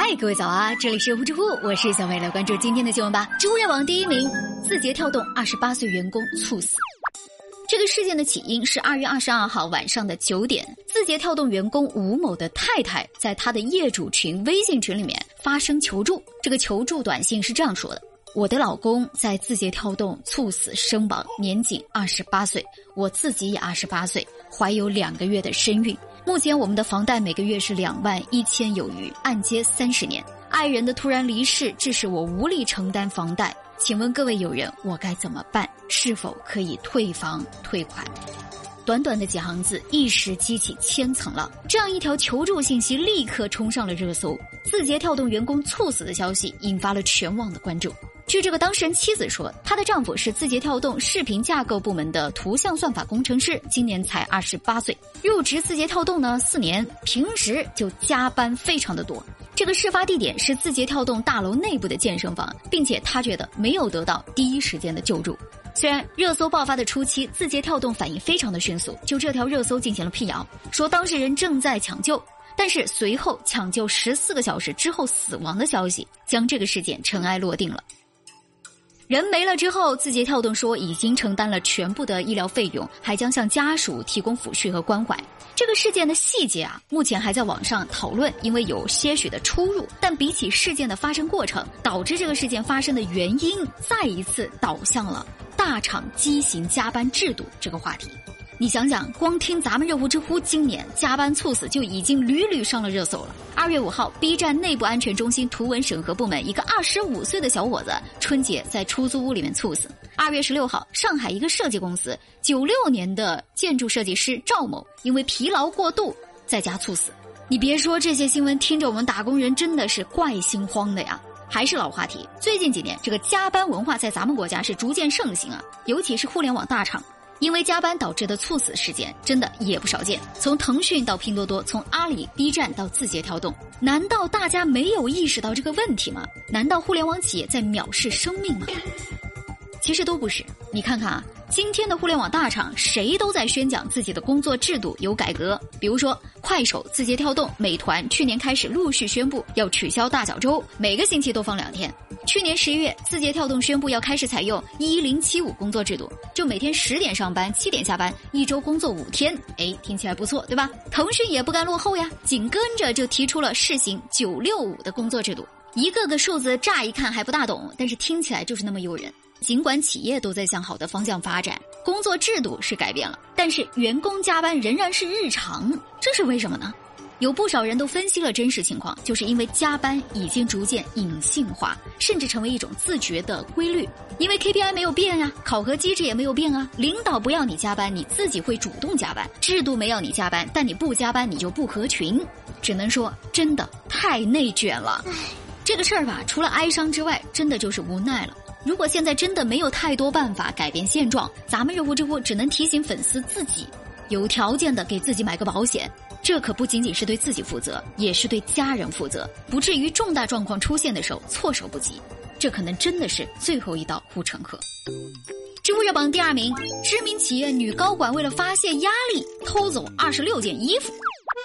嗨，各位早啊！这里是呼知乎，我是小美，来关注今天的新闻吧。知乎热榜第一名，字节跳动28岁员工猝死。这个事件的起因是2月22号晚上的9点，字节跳动员工吴某的太太在他的业主群微信群里面发声求助。这个求助短信是这样说的：我的老公在字节跳动猝死身亡，年仅28岁，我自己也28岁，怀有2个月的身孕。目前我们的房贷每个月是21000有余，按揭30年。爱人的突然离世致使我无力承担房贷，请问各位友人，我该怎么办？是否可以退房退款？短短的几行字，一时激起千层浪。这样一条求助信息立刻冲上了热搜，字节跳动员工猝死的消息引发了全网的关注。据这个当事人妻子说，她的丈夫是字节跳动视频架构部门的图像算法工程师，今年才28岁，入职字节跳动呢4年，平时就加班非常的多。这个事发地点是字节跳动大楼内部的健身房，并且他觉得没有得到第一时间的救助。虽然热搜爆发的初期，字节跳动反应非常的迅速，就这条热搜进行了辟谣，说当事人正在抢救，但是随后抢救14个小时之后死亡的消息，将这个事件尘埃落定了。人没了之后，字节跳动说已经承担了全部的医疗费用，还将向家属提供抚恤和关怀。这个事件的细节目前还在网上讨论，因为有些许的出入，但比起事件的发生过程，导致这个事件发生的原因，再一次导向了大厂畸形加班制度这个话题。你想想，光听咱们热乎知乎今年加班猝死就已经屡屡上了热搜了。2月5号 B 站内部安全中心图文审核部门一个25岁的小伙子春节在出租屋里面猝死。2月16号上海一个设计公司96年的建筑设计师赵某因为疲劳过度在家猝死。你别说，这些新闻听着我们打工人真的是怪心慌的呀。还是老话题，最近几年这个加班文化在咱们国家是逐渐盛行尤其是互联网大厂，因为加班导致的猝死事件真的也不少见，从腾讯到拼多多，从阿里、B 站到字节跳动，难道大家没有意识到这个问题吗？难道互联网企业在藐视生命吗？其实都不是。你看看今天的互联网大厂谁都在宣讲自己的工作制度有改革，比如说快手、字节跳动、美团去年开始陆续宣布要取消大小周，每个星期都放2天。去年11月，字节跳动宣布要开始采用1075工作制度，就每天10点上班7点下班，1周工作5天。听起来不错对吧？腾讯也不甘落后呀，紧跟着就提出了试行965的工作制度。一个个数字乍一看还不大懂，但是听起来就是那么诱人。尽管企业都在向好的方向发展，工作制度是改变了，但是员工加班仍然是日常，这是为什么呢？有不少人都分析了真实情况，就是因为加班已经逐渐隐性化，甚至成为一种自觉的规律。因为 KPI 没有变呀，考核机制也没有变领导不要你加班，你自己会主动加班；制度没要你加班，但你不加班你就不合群。只能说真的太内卷了。这个事儿吧，除了哀伤之外，真的就是无奈了。如果现在真的没有太多办法改变现状，咱们热乎知乎只能提醒粉丝自己有条件的给自己买个保险，这可不仅仅是对自己负责，也是对家人负责，不至于重大状况出现的时候措手不及。这可能真的是最后一道护城河。知乎热榜第2名，知名企业女高管为了发泄压力偷走26件衣服。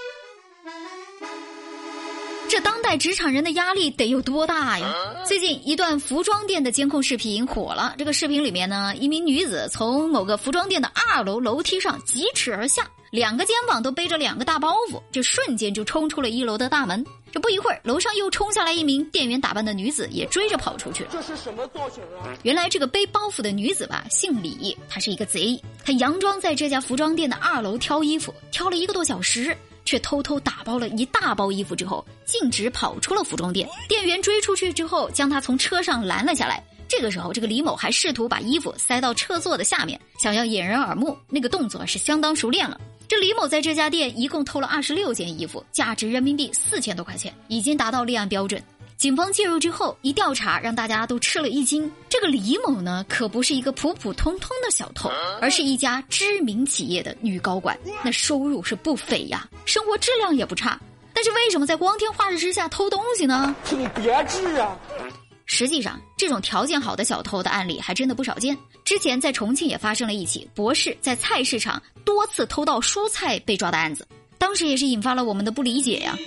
这当代职场人的压力得有多大呀？最近一段服装店的监控视频火了。这个视频里面呢，一名女子从某个服装店的2楼楼梯上疾驰而下，2个肩膀都背着2个大包袱，这瞬间就冲出了1楼的大门。这不一会儿，楼上又冲下来一名店员打扮的女子，也追着跑出去了。这是什么造型原来这个背包袱的女子吧，姓李，她是一个贼。她佯装在这家服装店的2楼挑衣服，挑了1个多小时，却偷偷打包了一大包衣服之后，径直跑出了服装店。店员追出去之后，将他从车上拦了下来。这个时候，这个李某还试图把衣服塞到车座的下面，想要掩人耳目，那个动作是相当熟练了。这李某在这家店一共偷了26件衣服，价值人民币4000多块钱，已经达到立案标准。警方介入之后，一调查让大家都吃了一惊。这个李某呢，可不是一个普普通通的小偷，而是一家知名企业的女高管，那收入是不菲呀，生活质量也不差。但是为什么在光天化日之下偷东西呢？你别治啊！实际上，这种条件好的小偷的案例还真的不少见。之前在重庆也发生了一起博士在菜市场多次偷盗蔬菜被抓的案子，当时也是引发了我们的不理解呀。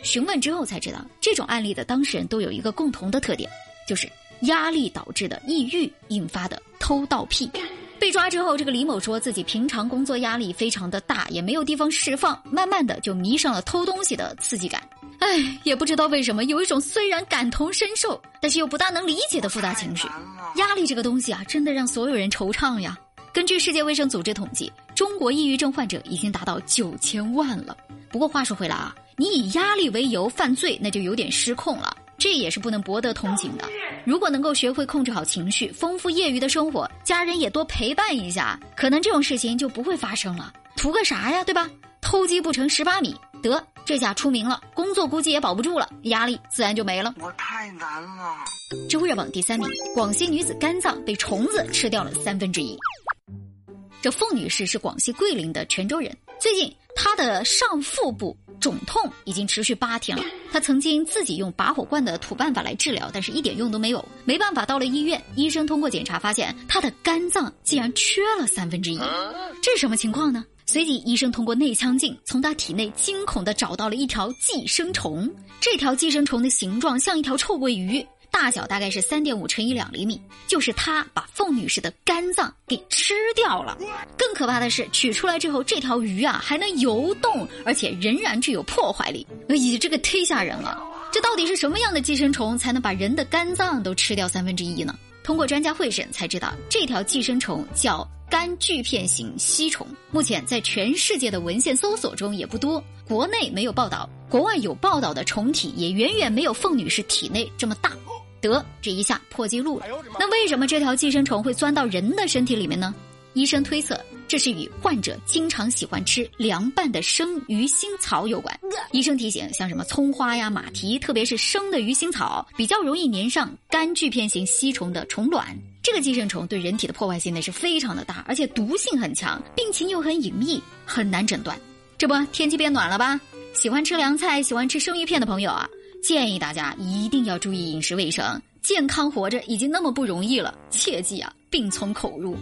询问之后才知道，这种案例的当事人都有一个共同的特点，就是压力导致的抑郁引发的偷盗癖。被抓之后，这个李某说自己平常工作压力非常的大，也没有地方释放，慢慢的就迷上了偷东西的刺激感。也不知道为什么有一种虽然感同身受，但是又不大能理解的复杂情绪。压力这个东西啊，真的让所有人惆怅呀。根据世界卫生组织统计，中国抑郁症患者已经达到9000万了。不过话说回来啊，你以压力为由犯罪，那就有点失控了，这也是不能博得同情的。如果能够学会控制好情绪，丰富业余的生活，家人也多陪伴一下，可能这种事情就不会发生了。图个啥呀，对吧？偷鸡不成18米，得，这下出名了，工作估计也保不住了，压力自然就没了。 我太难了。 知乎热榜第3名，广西女子肝脏被虫子吃掉了1/3。这凤女士是广西桂林的泉州人，最近她的上腹部肿痛已经持续8天了。她曾经自己用拔火罐的土办法来治疗，但是一点用都没有。没办法，到了医院，医生通过检查发现她的肝脏竟然缺了1/3，这是什么情况呢？随即医生通过内腔镜从她体内惊恐地找到了一条寄生虫，这条寄生虫的形状像一条臭鳜鱼，大小大概是3.5乘以2厘米，就是它把凤女士的肝脏给吃掉了。更可怕的是，取出来之后，这条鱼啊还能游动，而且仍然具有破坏力。这个忒吓人了！这到底是什么样的寄生虫才能把人的肝脏都吃掉1/3呢？通过专家会审才知道，这条寄生虫叫肝聚片型吸虫，目前在全世界的文献搜索中也不多，国内没有报道，国外有报道的虫体也远远没有凤女士体内这么大。得，这一下破纪录了。那为什么这条寄生虫会钻到人的身体里面呢？医生推测，这是与患者经常喜欢吃凉拌的生鱼腥草有关。医生提醒，像什么葱花呀、马蹄，特别是生的鱼腥草，比较容易粘上肝聚片型吸虫的虫卵。这个寄生虫对人体的破坏性呢是非常的大，而且毒性很强，病情又很隐秘，很难诊断。这不，天气变暖了吧？喜欢吃凉菜、喜欢吃生鱼片的朋友啊，建议大家一定要注意饮食卫生，健康活着已经那么不容易了，切记啊，病从口入。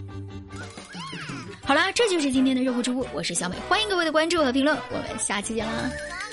好啦，这就是今天的热乎知乎，我是小美，欢迎各位的关注和评论，我们下期见啦。